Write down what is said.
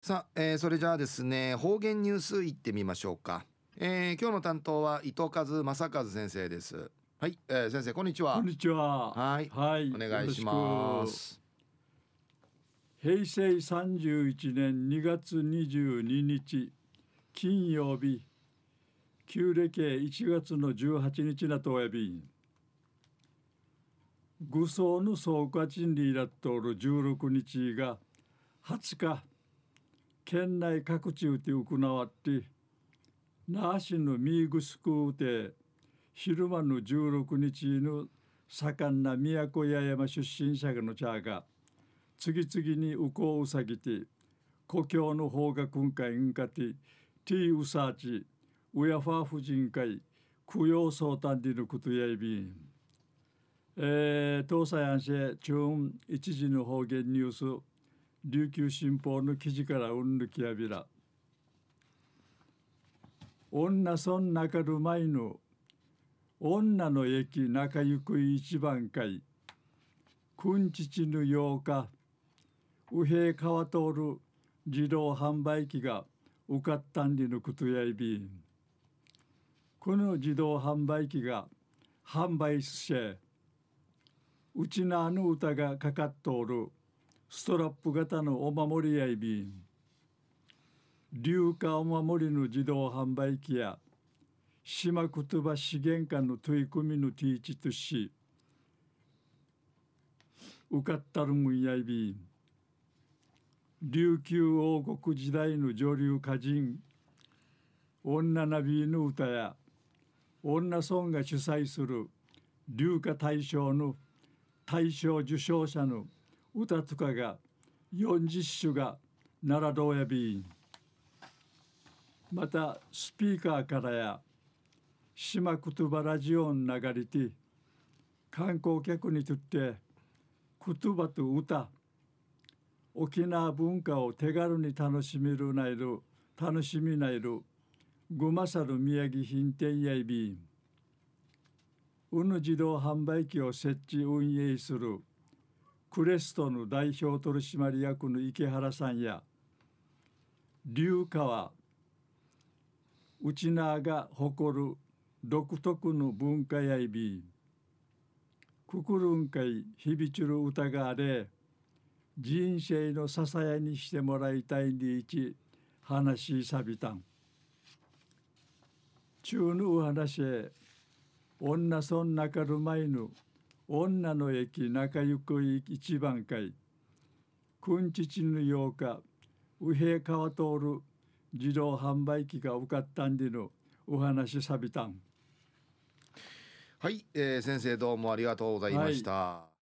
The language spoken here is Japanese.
さあ、それじゃあですね、方言ニュースいってみましょうか。今日の担当は伊藤正和先生です。はい、先生こんにちは。 こんにちは。 はい、 はい、 お願いしよろしまく。 す。 平成31年2月22日金曜日、旧暦1月の18日なとやびん。愚僧の総括人理らっとおる16日が20日、県内各地で行わって、那覇市のミーグスクーて、昼間の16日の盛んな都八山出身者の茶が、次々にうこうさぎて、故郷の方が今回んかて、ティーウサーチ、ウヤファー婦人会、供養相談でのことやいびん。東西安市中一時の方言ニュース、琉球新報の記事からうんぬきやびら。女村中る前の女の駅中ゆく一番会、くんちちぬ8日、右平川通る自動販売機が受かったんりのことやいびん。この自動販売機が販売して、うちなあの歌がかかっとおるストラップ型のお守りやいびん。硫化お守りの自動販売機や島言葉資源館の取り組みのティーチとし、受かったるむんやいびん。琉球王国時代の女流歌人、女ナビの歌や女村が主催する流歌大賞の大賞受賞者の歌とかが40首が奈良堂やびん。またスピーカーからや島言葉ラジオン流れて観光客にとって言葉と歌、沖縄文化を手軽に楽しみないるぐまさる宮城品店やいびん。うぬ自動販売機を設置運営するクレストの代表取締役の池原さんや、龍川うちなが誇る独特の文化やいびん。くくるんかい響ちる歌があれ、人生の支えにしてもらいたいにいち話しさびたん。中のお話へ、女村中る前の女の駅中ゆくい一番会、くんちちぬ8日、右平川通る自動販売機が受かったんでのお話さびたん。 はい、先生どうもありがとうございました。